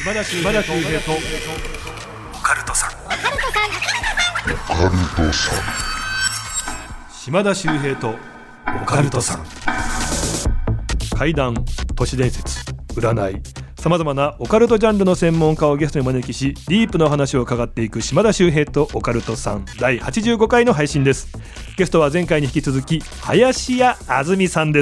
島田秀平とオカルトさん。島田秀平とオカルトさん。怪談、都市伝説、占い、さまざまなオカルトジャンルの専門家をゲストにお招きし、ディープな話を伺っていく島田秀平とオカルトさん第85回の配信です。ゲストは前回に引き続き林家あずみさんです。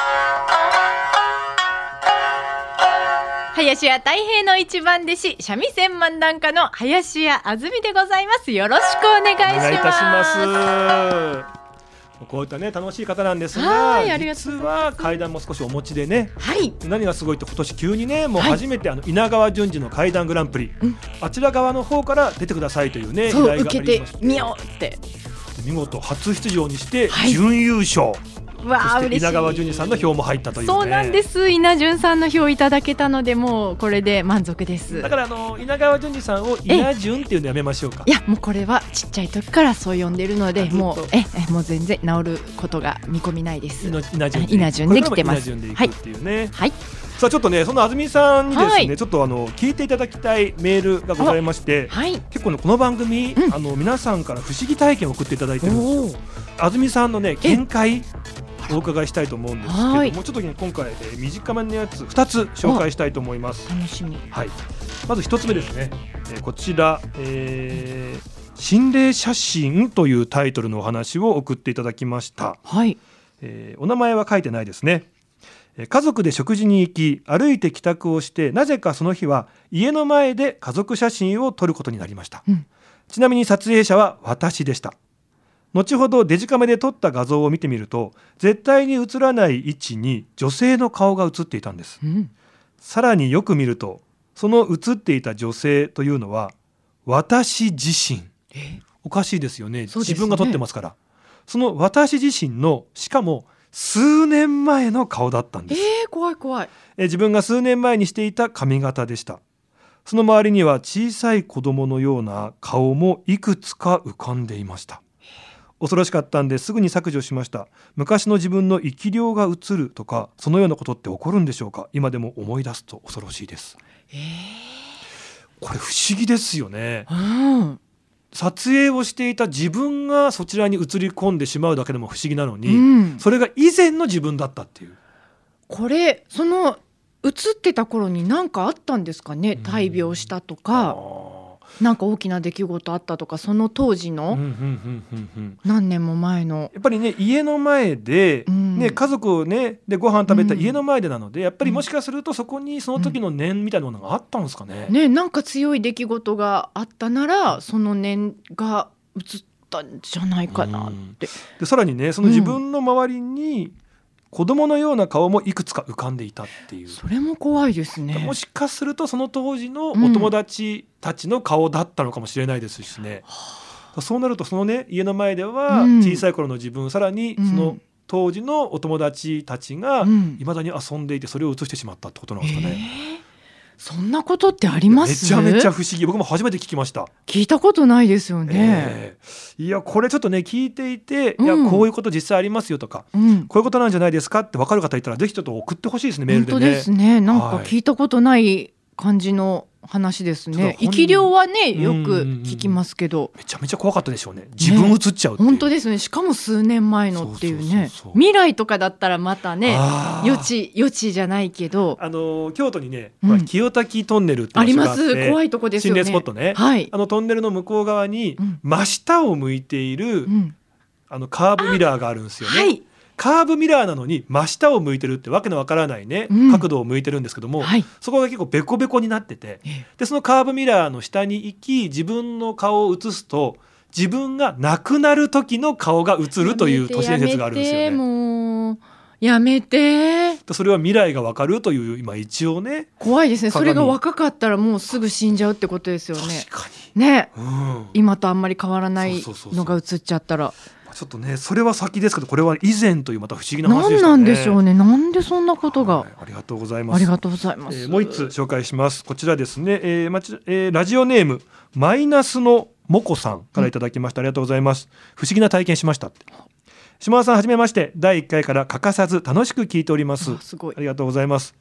林家たい平の一番弟子、三味線漫談家の林家あずみでございます。よろしくお願いします。 お願いいたします。こういったね楽しい方なんですが、実は怪談も少しお持ちでね、 はい、 何がすごいって今年急にねもう初めて稲川淳二の怪談グランプリ、あちら側の方から出てくださいというね依頼がありまして、 受けてみようって見事初出場にして準優勝、 わあ、 そして稲川淳二さんの票も入ったというね。 そうなんです。稲淳さんの票いただけたので、もうこれで満足です。 だから稲川淳二さんを稲淳っていうのやめましょうか。 いや、もうこれはちっちゃい時からそう呼んでるので、もう全然治ることが見込みないです。稲淳で来てます。稲淳でいくっていうね。はい。 さあちょっとね、そのあずみさんにですね、ちょっと聞いていただきたいメールがございまして、結構ねこの番組、皆さんから不思議体験を送っていただいてるんですよ。あずみさんのね見解お伺いしたいと思うんですけども、ちょっとね今回短めのやつ2つ紹介したいと思います。 楽しみ。 はい。まず1つ目ですね、こちら、心霊写真というタイトルのお話を送っていただきました。 はい。 お名前は書いてないですね。家族で食事に行き歩いて帰宅をして、なぜかその日は家の前で家族写真を撮ることになりました。ちなみに撮影者は私でした。後ほどデジカメで撮った画像を見てみると、絶対に映らない位置に女性の顔が映っていたんです。さらによく見ると、その映っていた女性というのは私自身。おかしいですよね。自分が撮ってますから。その私自身の、しかも数年前の顔だったんです。 怖い怖い。 自分が数年前にしていた髪型でした。その周りには小さい子供のような顔もいくつか浮かんでいました。恐ろしかったんですぐに削除しました。昔の自分の生き量が映るとか、そのようなことって起こるんでしょうか。今でも思い出すと恐ろしいです。これ不思議ですよね。撮影をしていた自分がそちらに映り込んでしまうだけでも不思議なのに、それが以前の自分だったっていう。 これその映ってた頃に何かあったんですかね。大病したとか、なんか大きな出来事あったとか、その当時の何年も前の、 やっぱりね家の前で、家族をねでご飯食べた家の前でなので、やっぱりもしかするとそこにその時の念みたいなものがあったんですかね。 なんか強い出来事があったなら、その念が映ったんじゃないかなって。 でさらにね、その自分の周りに子供のような顔もいくつか浮かんでいたっていう。 それも怖いですね。 もしかするとその当時のお友達たちの顔だったのかもしれないですしね。そうなるとそのね家の前では小さい頃の自分、さらにその当時のお友達たちが未だに遊んでいて、それを映してしまったってことなんですかね。 そんなことってあります？ めちゃめちゃ不思議。僕も初めて聞きました。 聞いたことないですよね。 いやこれちょっとね聞いていて、いやこういうこと実際ありますよとか、こういうことなんじゃないですかって分かる方いたら、ぜひちょっと送ってほしいですね、メールでね。 本当ですね。なんか聞いたことない感じの話ですね。生き量はねよく聞きますけど、 めちゃめちゃ怖かったでしょうね。自分映っちゃうっていう。 本当ですね。しかも数年前のっていうね。未来とかだったらまたね余地じゃないけど、 京都にね、清滝トンネルって場所があって、 あります。怖いとこですよね。 心霊スポットね。トンネルの向こう側に真下を向いているカーブミラーがあるんですよね。カーブミラーなのに真下を向いてるってわけのわからないね、角度を向いてるんですけども、そこが結構ベコベコになってて、でそのカーブミラーの下に行き自分の顔を映すと、自分が亡くなる時の顔が映るという都市伝説があるんですよね。 もうやめて。 それは未来がわかるという、今一応ね怖いですね。それが若かったらもうすぐ死んじゃうってことですよね。 確かにね、 今とあんまり変わらないのが映っちゃったら、 ちょっとねそれは先ですけど、これは以前というまた不思議な話でしたね。 何なんでしょうね。なんでそんなことが。 ありがとうございます。 ありがとうございます。 もう一つ紹介します。こちらですね、ラジオネームマイナスのもこさんからいただきました。ありがとうございます。不思議な体験しましたって。島田さんはじめまして。第1回から欠かさず楽しく聞いております。 すごい。 ありがとうございます。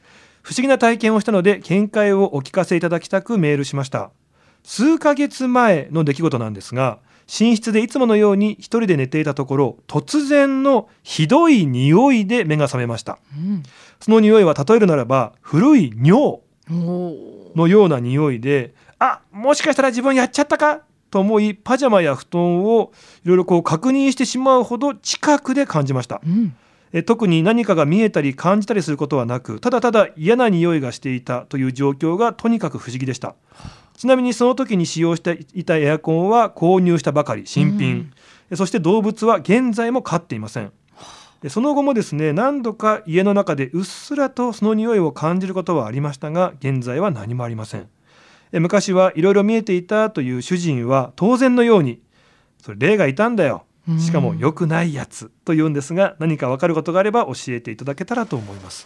不思議な体験をしたので見解をお聞かせいただきたくメールしました。数ヶ月前の出来事なんですが、寝室でいつものように一人で寝ていたところ、突然のひどい匂いで目が覚めました、その匂いは例えるならば古い尿のような匂いで、もしかしたら自分やっちゃったかと思い、パジャマや布団をいろいろ確認してしまうほど近くで感じました、特に何かが見えたり感じたりすることはなく、ただただ嫌な匂いがしていたという状況がとにかく不思議でした。ちなみにその時に使用していたエアコンは購入したばかり、新品、そして動物は現在も飼っていません。その後もですね、何度か家の中でうっすらとその匂いを感じることはありましたが、現在は何もありません。昔はいろいろ見えていたという主人は当然のように、それ霊がいたんだよ、しかも良くないやつと言うんですが、何か分かることがあれば教えていただけたらと思います。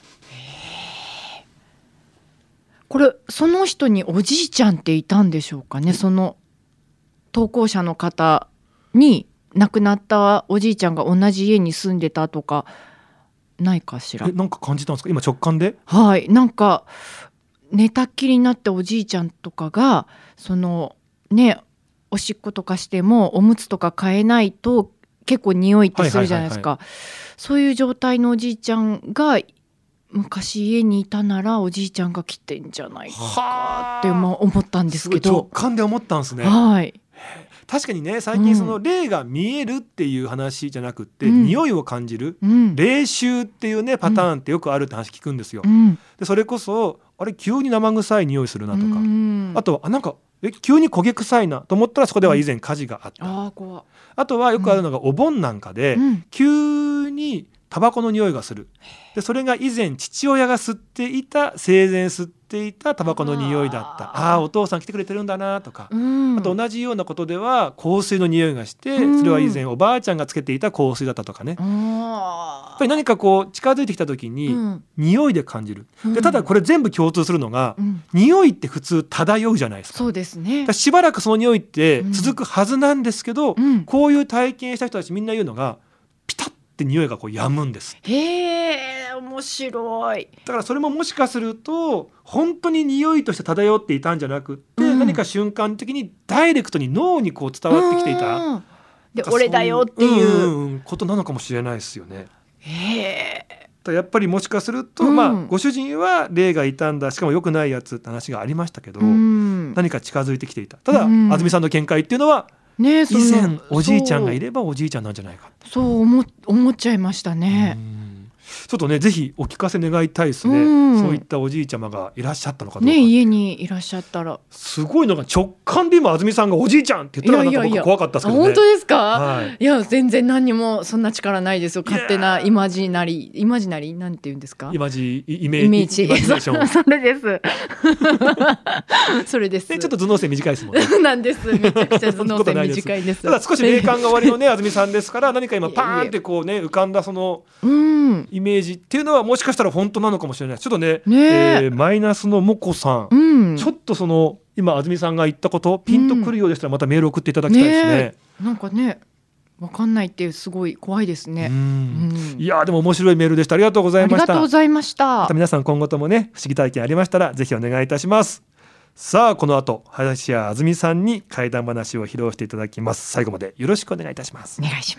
これその人におじいちゃんっていたんでしょうかね。その投稿者の方に亡くなったおじいちゃんが同じ家に住んでたとかないかしら。 なんか感じたんですか、今直感で。 はい、なんか寝たっきりになったおじいちゃんとかがそのね、おしっことかしてもおむつとか変えないと結構匂いってするじゃないですか、そういう状態のおじいちゃんが昔家にいたならおじいちゃんが来てんじゃないかって思ったんですけど。 直感で思ったんですね。 はい、 確かにね、最近その霊が見えるっていう話じゃなくって、匂いを感じる、霊臭っていうねパターンってよくあるって話聞くんですよ、でそれこそ急に生臭い匂いするなとか、あとはなんか急に焦げ臭いなと思ったらそこでは以前火事があった、あとはよくあるのがお盆なんかで、急にタバコの匂いがする。でそれが以前父親が吸っていた、生前吸っていたタバコの匂いだった。お父さん来てくれてるんだなとか、あと同じようなことでは香水の匂いがして、それは以前おばあちゃんがつけていた香水だったとかね、やっぱり何か近づいてきた時に匂いで感じる。でただこれ全部共通するのが、匂いって普通漂うじゃないですか。 そうですね。 しばらくその匂いって続くはずなんですけど、こういう体験した人たちみんな言うのがピタッって匂いが止むんです。 面白い。 だからそれももしかすると本当に匂いとして漂っていたんじゃなくって、何か瞬間的にダイレクトに脳に伝わってきていた、 で俺だよっていう、 ことなのかもしれないですよね。やっぱりもしかすると、ご主人は霊がいたんだ、しかも良くないやつって話がありましたけど、何か近づいてきていた。ただ、安住さんの見解っていうのは、以前おじいちゃんがいればおじいちゃんなんじゃないか、 そう思っちゃいましたね。 ちょっとね、ぜひお聞かせ願いたいですね、そういったおじいちゃまがいらっしゃったのかどうか、 家にいらっしゃったら。 すごいのが直感で今安住さんがおじいちゃんって言ったらなんか僕怖かったですけどね。 本当ですか、いや全然何にもそんな力ないですよ。勝手なイマジナリーなんて言うんですか、 イメージそれですそれです。 ちょっと頭脳線短いですもんねなんです。めちゃくちゃ頭脳線短いです。 ただ少し霊感が終わりのね安住さんですから、何か今パーンって浮かんだそのイメージっていうのはもしかしたら本当なのかもしれない。ちょっとね、マイナスのもこさん、ちょっとその今安住さんが言ったことピンとくるようでしたらまたメール送っていただきたいですね。 なんかね、分かんないってすごい怖いですね。 いやでも面白いメールでした。ありがとうございました。 ありがとうございました。 また皆さん今後ともね不思議体験ありましたらぜひお願いいたします。さあこの後林家安住さんに怪談話を披露していただきます。最後までよろしくお願いいたします。 お願いします。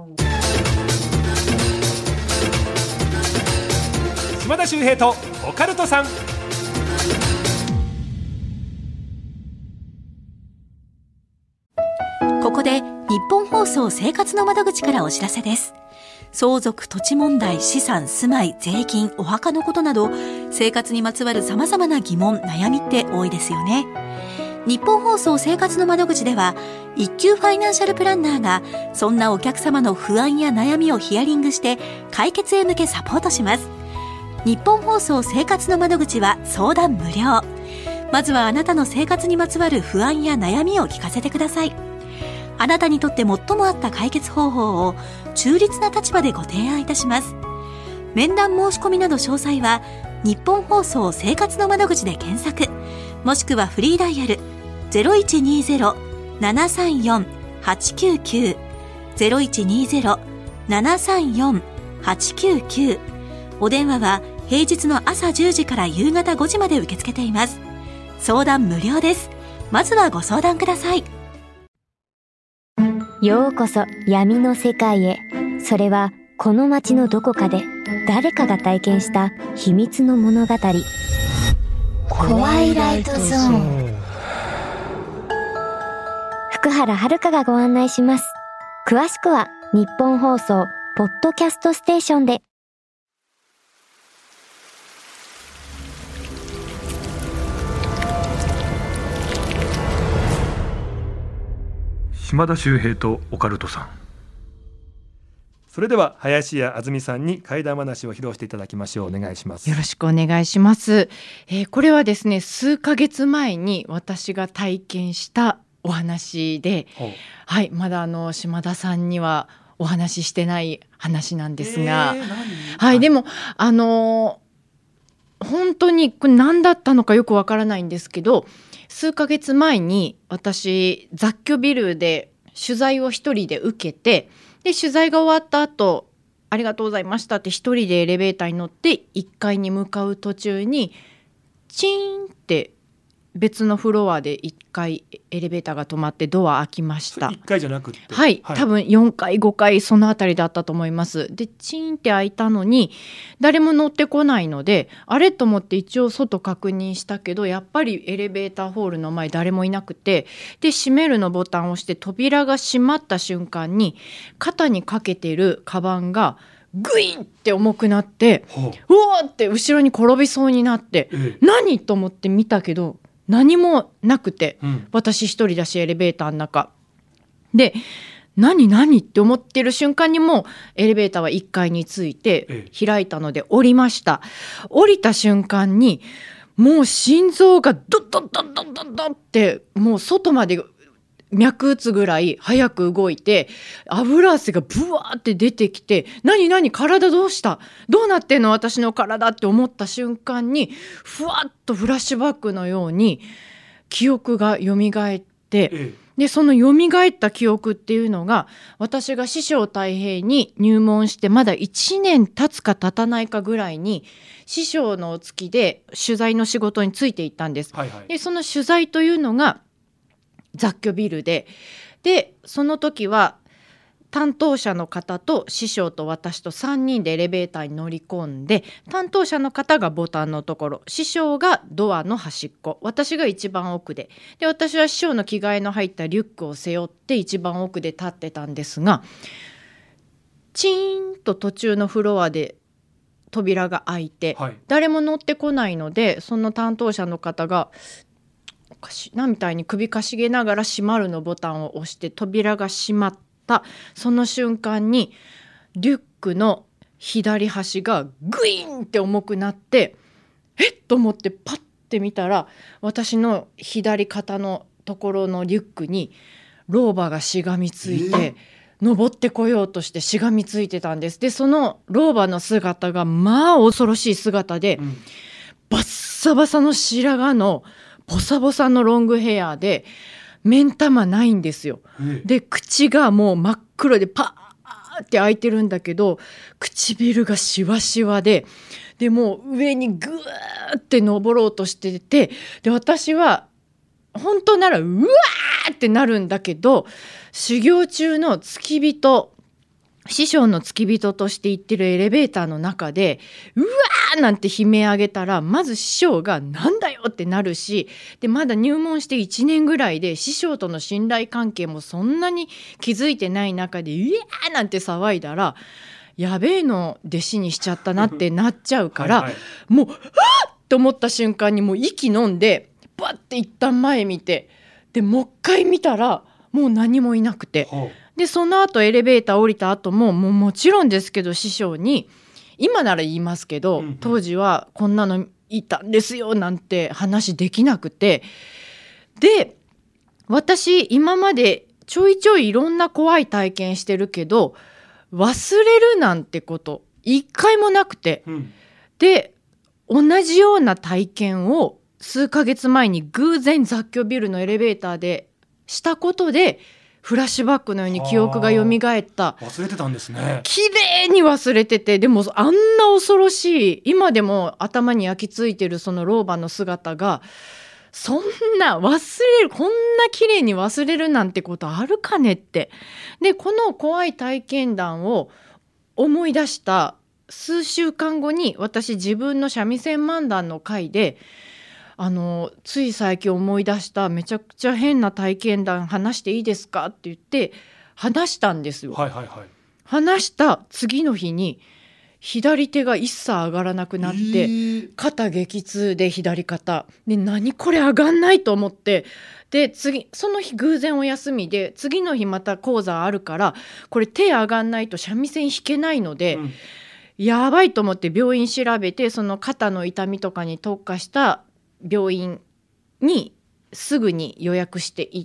島田秀平とオカルトさん。 ここで日本放送生活の窓口からお知らせです。相続、土地問題、資産、住まい、税金、お墓のことなど生活にまつわる様々な疑問、悩みって多いですよね。日本放送生活の窓口では一級ファイナンシャルプランナーがそんなお客様の不安や悩みをヒアリングして解決へ向けサポートします。日本放送生活の窓口は相談無料。まずはあなたの生活にまつわる不安や悩みを聞かせてください。あなたにとって最も合った解決方法を中立な立場でご提案いたします。面談申し込みなど詳細は日本放送生活の窓口で検索、もしくはフリーダイヤル 0120-734-899 0120-734-899、お電話は平日の朝10時から夕方5時まで受け付けています。相談無料です。まずはご相談ください。 ようこそ闇の世界へ。それはこの街のどこかで誰かが体験した秘密の物語。怖いライトゾーン。福原遥がご案内します。詳しくは日本放送ポッドキャストステーションで。 島田秀平とオカルトさん。それでは林家あずみさんに怪談話を披露していただきましょう。お願いします。 よろしくお願いします。これはですね、数ヶ月前に私が体験したお話で、はい、まだ島田さんにはお話ししてない話なんですが、はい、でも本当にこれ何だったのかよくわからないんですけど、数ヶ月前に私雑居ビルで取材を一人で受けて、で取材が終わった後、ありがとうございましたって一人でエレベーターに乗って1階に向かう途中にチーンって別のフロアで1階エレベーターが止まってドア開きました。 1階じゃなくて、 はい、多分4階5階そのあたりだったと思います。でチーンって開いたのに誰も乗ってこないので、あれと思って一応外確認したけど、やっぱりエレベーターホールの前誰もいなくて、で閉めるのボタンを押して扉が閉まった瞬間に肩にかけてるカバンがグインって重くなって、うわーって後ろに転びそうになって、何と思って見たけど何もなくて、私一人だしエレベーターの中で何って思ってる瞬間にもうエレベーターは1階に着いて開いたので降りました。降りた瞬間にもう心臓がドッドッドッドッドッドッってもう外まで脈打つぐらい早く動いて、油汗がブワーって出てきて、何体どうしたどうなってんの私の体って思った瞬間にふわっとフラッシュバックのように記憶が蘇って、でその蘇った記憶っていうのが、私が師匠太平に入門してまだ1年経つか経たないかぐらいに師匠のお付きで取材の仕事についていったんです、でその取材というのが雑居ビルでその時は担当者の方と師匠と私と3人でエレベーターに乗り込んで、担当者の方がボタンのところ、師匠がドアの端っこ、私が一番奥で私は師匠の着替えの入ったリュックを背負って一番奥で立ってたんですが、チーンと途中のフロアで扉が開いて、誰も乗ってこないので、その担当者の方がおかしいなみたいに首かしげながら閉まるのボタンを押して扉が閉まった。その瞬間にリュックの左端がグイーンって重くなって、と思ってパッて見たら、私の左肩のところのリュックに老婆がしがみついて、登ってこようとしてしがみついてたんです。でその老婆の姿がまあ恐ろしい姿で、バッサバサの白髪のボサボサのロングヘアで目ん玉ないんですよ。で口がもう真っ黒でパーって開いてるんだけど、唇がシワシワでもう上にグーって登ろうとしてて、で私は本当ならうわーってなるんだけど、修行中の付き人、師匠の付き人として行ってるエレベーターの中でうわーなんて悲鳴上げたら、まず師匠がなんだよってなるし、でまだ入門して1年ぐらいで師匠との信頼関係もそんなに築いてない中でうわーなんて騒いだら、やべえの弟子にしちゃったなってなっちゃうからもうはっと思った瞬間にもう息飲んでバッて一旦前見て、でもう一回見たらもう何もいなくて、でその後エレベーター降りた後ももちろんですけど師匠に、今なら言いますけど、当時はこんなのいたんですよなんて話できなくて、で私今までちょいちょいいろんな怖い体験してるけど忘れるなんてこと一回もなくて、で同じような体験を数ヶ月前に偶然雑居ビルのエレベーターでしたことでフラッシュバックのように記憶が蘇った。 忘れてたんですね。 綺麗に忘れてて、でもあんな恐ろしい、今でも頭に焼き付いてるその老婆の姿が、そんな忘れる、こんな綺麗に忘れるなんてことあるかねって。でこの怖い体験談を思い出した数週間後に、私自分の三味線漫談の回でつい最近思い出しためちゃくちゃ変な体験談話していいですかって言って話したんですよ。 はいはいはい。 話した次の日に左手が一切上がらなくなって、肩激痛で左肩で、何これ上がんないと思って、でその日偶然お休みで、次の日また講座あるから、これ手上がんないと三味線弾けないので、やばいと思って病院調べて、その肩の痛みとかに特化した病院にすぐに予約して行って、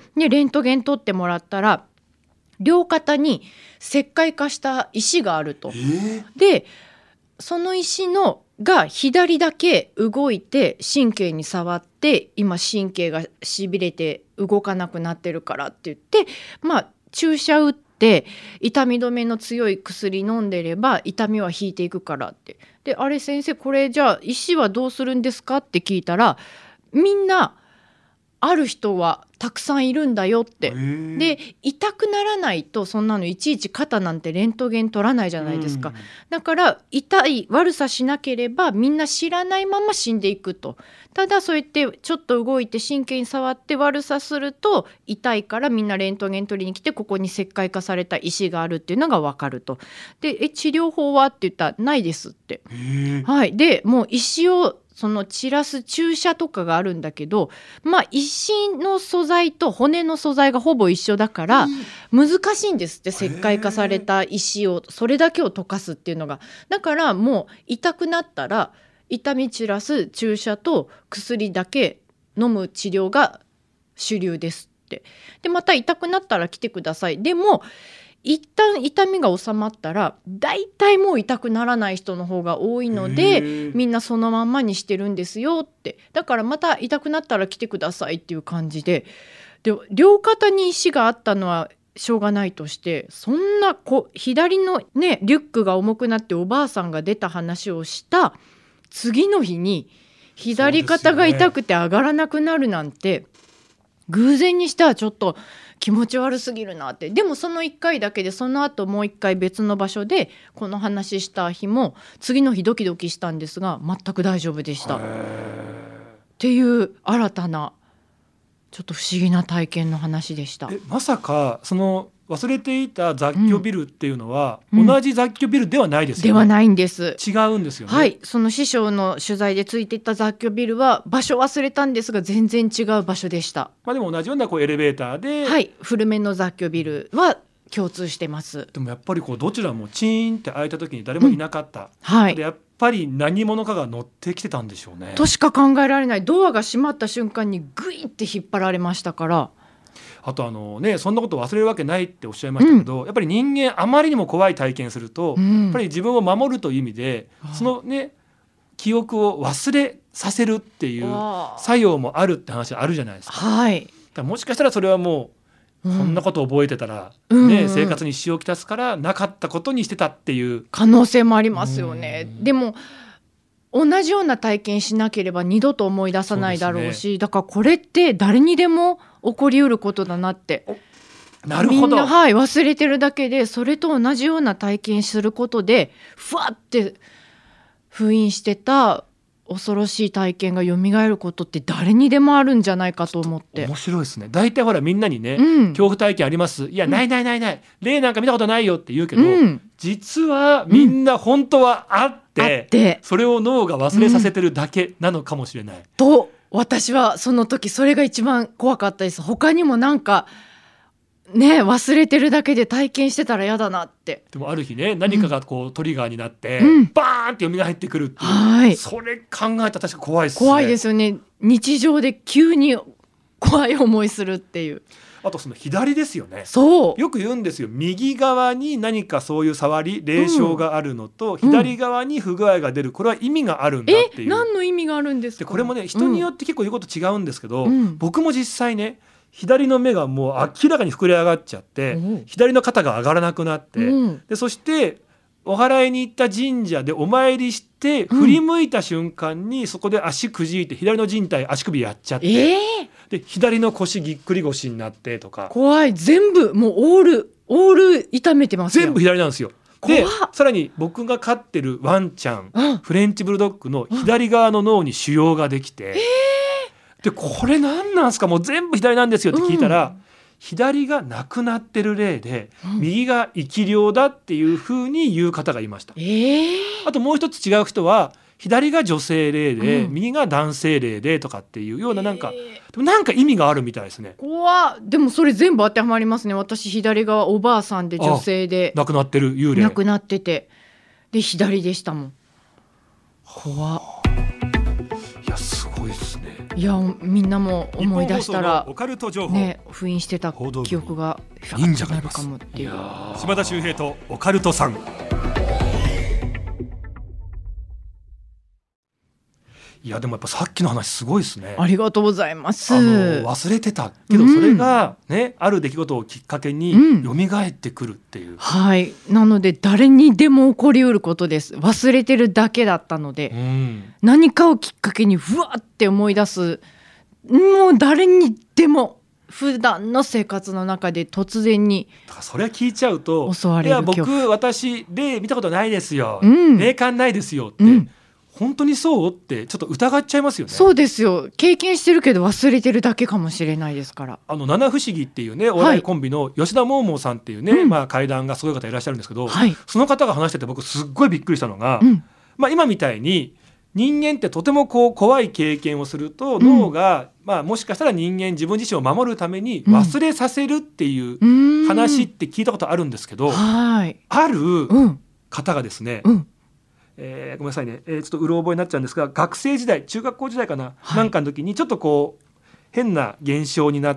でレントゲン取ってもらったら、両肩に石灰化した石があると。でその石が左だけ動いて神経に触って、今神経がしびれて動かなくなってるからって言って、注射打って痛み止めの強い薬飲んでれば痛みは引いていくからって。であれ先生、これじゃあ石はどうするんですかって聞いたら、みんなある人はたくさんいるんだよって。で痛くならないと、そんなのいちいち肩なんてレントゲン取らないじゃないですか。だから痛い悪さしなければみんな知らないまま死んでいくと。ただそうやってちょっと動いて神経に触って悪さすると痛いから、みんなレントゲン取りに来て、ここに石灰化された石があるっていうのが分かると。で治療法はって言ったらないですって。はい、でもう石を散らす注射とかがあるんだけど、石の素材と骨の素材がほぼ一緒だから難しいんですって。石灰化された石をそれだけを溶かすっていうのが。だからもう痛くなったら痛み散らす注射と薬だけ飲む治療が主流ですって。でまた痛くなったら来てください。でも一旦痛みが収まったらだいたいもう痛くならない人の方が多いので、みんなそのまんまにしてるんですよって。だからまた痛くなったら来てくださいっていう感じで、両肩に石があったのはしょうがないとして、そんな左のねリュックが重くなっておばあさんが出た話をした次の日に左肩が痛くて上がらなくなるなんて、偶然にしてはちょっと気持ち悪すぎるなって。でもその1回だけで、その後もう1回別の場所でこの話した日も次の日ドキドキしたんですが全く大丈夫でしたっていう新たなちょっと不思議な体験の話でした。 まさかその忘れていた雑居ビルっていうのは、同じ雑居ビルではないですよね。 ではないんです。 違うんですよね。 はい、その師匠の取材でついていった雑居ビルは場所忘れたんですが全然違う場所でした。 でも同じようなエレベーターで、 はい、古めの雑居ビルは共通してます。 でもやっぱりどちらもチーンって開いた時に誰もいなかった、 はい、 でやっぱり何者かが乗ってきてたんでしょうねとしか考えられない。ドアが閉まった瞬間にグイって引っ張られましたから。 あとそんなこと忘れるわけないっておっしゃいましたけど、やっぱり人間あまりにも怖い体験すると、やっぱり自分を守るという意味で、そのね記憶を忘れさせるっていう作用もあるって話あるじゃないですか。 はい、 だからもしかしたらそれはもう、こんなことを覚えてたら、生活に支障をきたすからなかったことにしてたっていう可能性もありますよね。でも同じような体験しなければ二度と思い出さないだろうし、だからこれって誰にでも起こりうることだなって。 なるほど。 みんな、忘れてるだけでそれと同じような体験することでふわって封印してた恐ろしい体験が蘇ることって誰にでもあるんじゃないかと思って。 面白いですね。大体みんなにね、恐怖体験あります、いやないないないない、霊なんか見たことないよって言うけど、実はみんな本当はあって、それを脳が忘れさせてるだけなのかもしれない、 と私はその時それが一番怖かったです。他にもなんかね忘れてるだけで体験してたら嫌だなって。 でもある日ね何かがトリガーになって、バーンって蘇ってくるっていう、それ考えたら確か怖いですね。 怖いですよね。日常で急に怖い思いするっていう。 あとその左ですよね。 そうよく言うんですよ。右側に何かそういう触り霊障があるのと、左側に不具合が出る、これは意味があるんだっていう。 何の意味があるんですか。 でこれもね人によって結構言うこと違うんですけど、僕も実際ね左の目がもう明らかに膨れ上がっちゃって、左の肩が上がらなくなって、でそしてお祓いに行った神社でお参りして振り向いた瞬間にそこで足くじいて左の靭帯足首やっちゃって、で左の腰ぎっくり腰になってとか、 怖い。全部もうオール痛めてますよ。 全部左なんですよ。でさらに僕が飼ってるワンちゃん、フレンチブルドッグの左側の脳に腫瘍ができて、でこれ何なんすか、もう全部左なんですよって聞いたら、左がなくなってる例で、右が生き量だっていう風に言う方がいました。あともう一つ違う人は左が女性霊で、右が男性霊でとかっていうようななんか意味があるみたいですね。 怖っ。でもそれ全部当てはまりますね。私左側おばあさんで女性で亡くなってる幽霊、 亡くなってて、で左でしたもん。怖っ。 いやすごいですね。 いやみんなも思い出したらオカルト情報、 ね、封印してた記憶が忍者がいます。 かもっていう。 島田秀平とオカルトさん。いやでもやっぱさっきの話すごいですね。 ありがとうございます。 忘れてたけど、それがね、ある出来事をきっかけに蘇ってくるっていう、 はい。なので誰にでも起こりうることです。忘れてるだけだったので、何かをきっかけにふわって思い出す、もう誰にでも普段の生活の中で突然に。 だからそれ聞いちゃうと、 襲われる恐怖。 いや私霊見たことないですよ、霊感ないですよって、本当にそうってちょっと疑っちゃいますよね。 そうですよ。経験してるけど忘れてるだけかもしれないですから。 七不思議っていうねお笑いコンビの吉田桃々さんっていうね、怪談がすごい方いらっしゃるんですけど、その方が話してて僕すっごいびっくりしたのが、今みたいに人間ってとても怖い経験をすると、脳が、もしかしたら人間自分自身を守るために忘れさせるっていう話って聞いたことあるんですけど、ある方がですね、ごめんなさいね、ちょっとうろ覚えになっちゃうんですが、学生時代中学校時代かな、なんかの時にちょっとこう変な現象になって、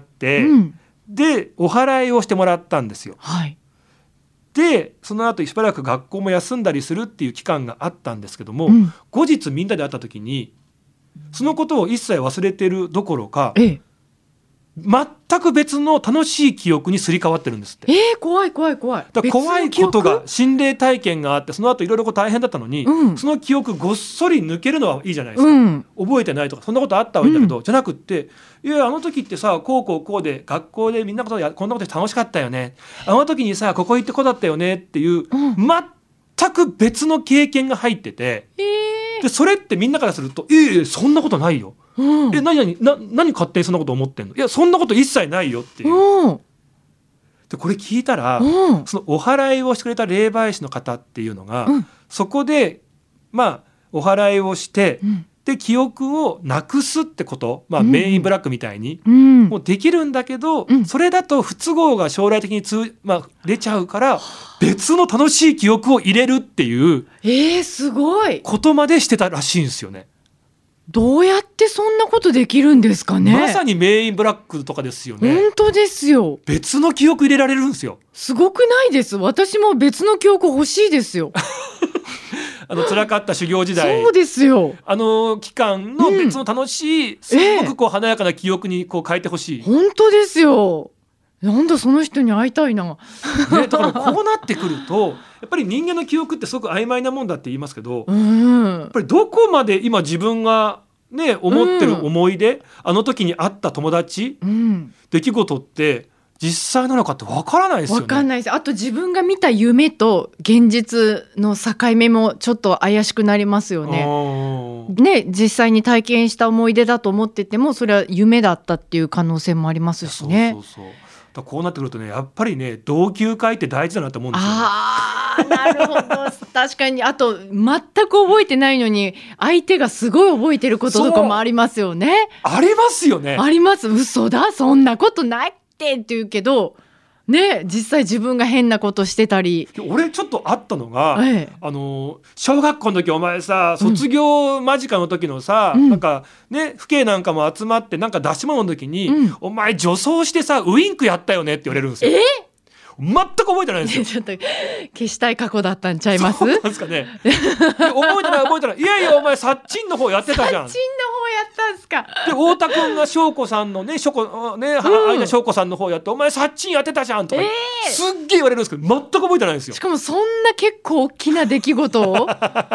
でお祓いをしてもらったんですよ。でその後しばらく学校も休んだりするっていう期間があったんですけども、後日みんなで会った時にそのことを一切忘れてるどころか、全く別の楽しい記憶にすり替わってるんですって。 怖い。 だから怖いことが心霊体験があって、その後いろいろ大変だったのに、その記憶ごっそり抜けるのはいいじゃないですか、覚えてないとかそんなことあったはいいんだけど、じゃなくって、いやあの時ってさこうで学校でみんなこんなことして楽しかったよね、あの時にさここ行ってこうだったよねっていう、全く別の経験が入ってて、でそれってみんなからするとそんなことないよ、何勝手にそんなこと思ってんの、いやそんなこと一切ないよっていう、でこれ聞いたら、そのお祓いをしてくれた霊媒師の方っていうのが、そこでお祓いをして、で記憶をなくすってこと、メインブラックみたいに、もうできるんだけど、それだと不都合が将来的に出ちゃうから別の楽しい記憶を入れるっていうすごいことまでしてたらしいんですよね。 どうやってそんなことできるんですかね。 まさにメインブラックとかですよね。 本当ですよ。 別の記憶入れられるんですよ。 すごくないです。私も別の記憶欲しいですよ。 辛かった修行時代、 そうですよ。 期間の別の楽しい、すごく華やかな記憶に変えてほしい。 本当ですよ。なんだその人に会いたいな、 だからこうなってくるとやっぱり人間の記憶ってすごく曖昧なもんだって言いますけど、やっぱりどこまで今自分がね思ってる思い出、あの時に会った友達、出来事って実際なのかって分からないですよね。 分かんないです。あと自分が見た夢と現実の境目もちょっと怪しくなりますよね。実際に体験した思い出だと思っててもそれは夢だったっていう可能性もありますしね。 だこうなってくるとね、やっぱりね同級会って大事だなと思うんですよね。 なるほど。確かに。あと全く覚えてないのに相手がすごい覚えてることとかもありますよね。 ありますよね。 あります。嘘だそんなことないって言うけどね、実際自分が変なことしてたり。 俺ちょっとあったのが、小学校の時お前さ卒業間近の時のさ、なんかね父兄なんかも集まってなんか出し物の時に、お前女装してさウインクやったよねって言われるんですよ。全く覚えてないんですよ。 ちょっと消したい過去だったんちゃいます？ そうなんですかね。覚えてない。いやいやお前サッチンの方やってたじゃん。 サッチンの方やったんすか。 で太田君が翔子さんのね相田翔子さんの方やって、お前サッチン当てたじゃんとか、すっげえ言われるんですけど全く覚えてないんですよ。 しかもそんな結構大きな出来事を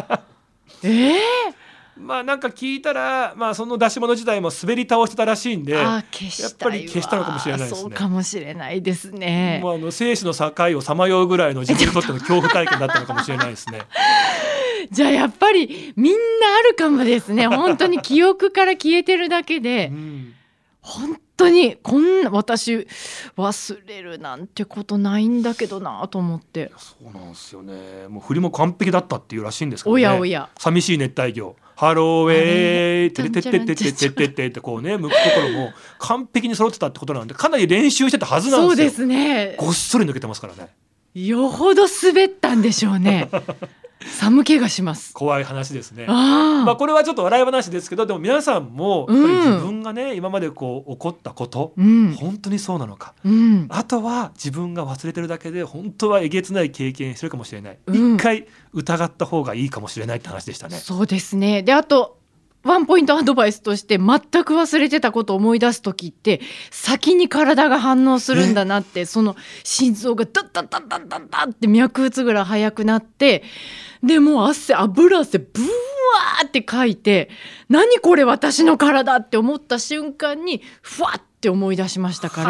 まあなんか聞いたら、まあ、その出し物自体も滑り倒してたらしいんで、やっぱり消したのかもしれないですね。 そうかもしれないですね。 もう生死の境をさまようぐらいの自分にとっての恐怖体験だったのかもしれないですね。 じゃあやっぱりみんなあるかもですね。本当に記憶から消えてるだけで、本当にこんな私忘れるなんてことないんだけどなと思って。 そうなんですよね。もう振りも完璧だったっていうらしいんですけどね。 おやおや。 寂しい熱帯魚、ハローウェイテレテテテテテテテってこうね向くところも完璧に揃ってたってことなんで、かなり練習してたはずなんですよ。 そうですね。 ごっそり抜けてますからね。 よほど滑ったんでしょうね。寒気がします。 怖い話ですね。まあこれはちょっと笑い話ですけど、でも皆さんもやっぱり自分がね、今までこう起こったこと、本当にそうなのか、あとは自分が忘れてるだけで本当はえげつない経験してるかもしれない、一回疑った方がいいかもしれないって話でしたね。 そうですね。であとワンポイントアドバイスとして、全く忘れてたことを思い出す時って先に体が反応するんだなって、その心臓がダッダッダッダッダッダッって脈打つぐらい速くなって、でもう油汗ブワーってかいて、何これ私の体って思った瞬間にふわって思い出しましたから、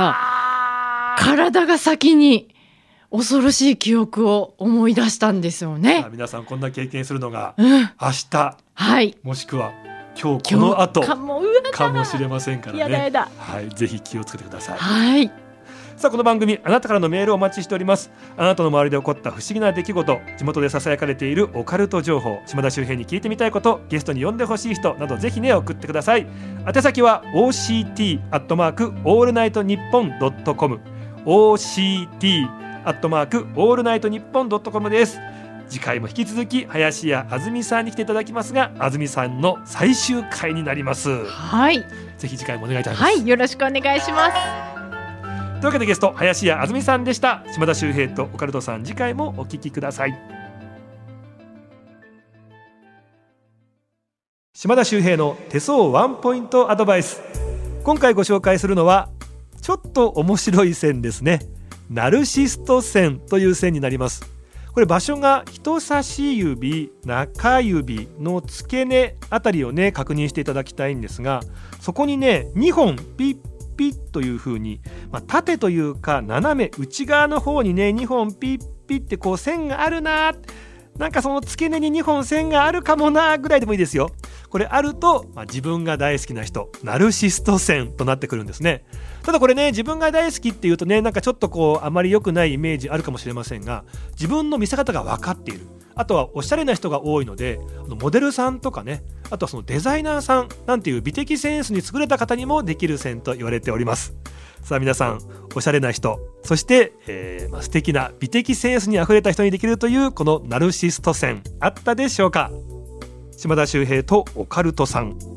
体が先に恐ろしい記憶を思い出したんですよね。 皆さんこんな経験するのが明日、もしくは今日この後かもしれませんからね。はい、ぜひ気をつけてください。 はい。 さあこの番組、あなたからのメールをお待ちしております。あなたの周りで起こった不思議な出来事、地元でささやかれているオカルト情報、島田秀平に聞いてみたいこと、ゲストに呼んでほしい人などぜひね送ってください。宛先は OCT@allnightnippon.com OCT@allnightnippon.com です。次回も引き続き林家あずみさんに来ていただきますが、あずみさんの最終回になります。 はい。 ぜひ次回もお願いいたします。 はい、よろしくお願いします。 というわけでゲスト林家あずみさんでした。島田秀平とオカルトさん、次回もお聞きください。島田秀平の手相ワンポイントアドバイス。今回ご紹介するのはちょっと面白い線ですね。ナルシスト線という線になります。これ場所が人差し指、中指の付け根あたりをね確認していただきたいんですが、そこにね2本ピッピッという風に、縦というか斜め内側の方にね2本ピッピッってこう線があるな、なんかその付け根に2本線があるかもなぐらいでもいいですよ。これあると、自分が大好きな人、ナルシスト線となってくるんですね。ただこれね、自分が大好きっていうとね、なんかちょっとこうあまり良くないイメージあるかもしれませんが、自分の見せ方が分かっている、あとはおしゃれな人が多いので、モデルさんとかね、あとはそのデザイナーさんなんていう美的センスに優れた方にもできる線と言われております。さあ皆さん、おしゃれな人、そして、素敵な美的センスにあふれた人にできるというこのナルシスト線、あったでしょうか。島田秀平とオカルトさん。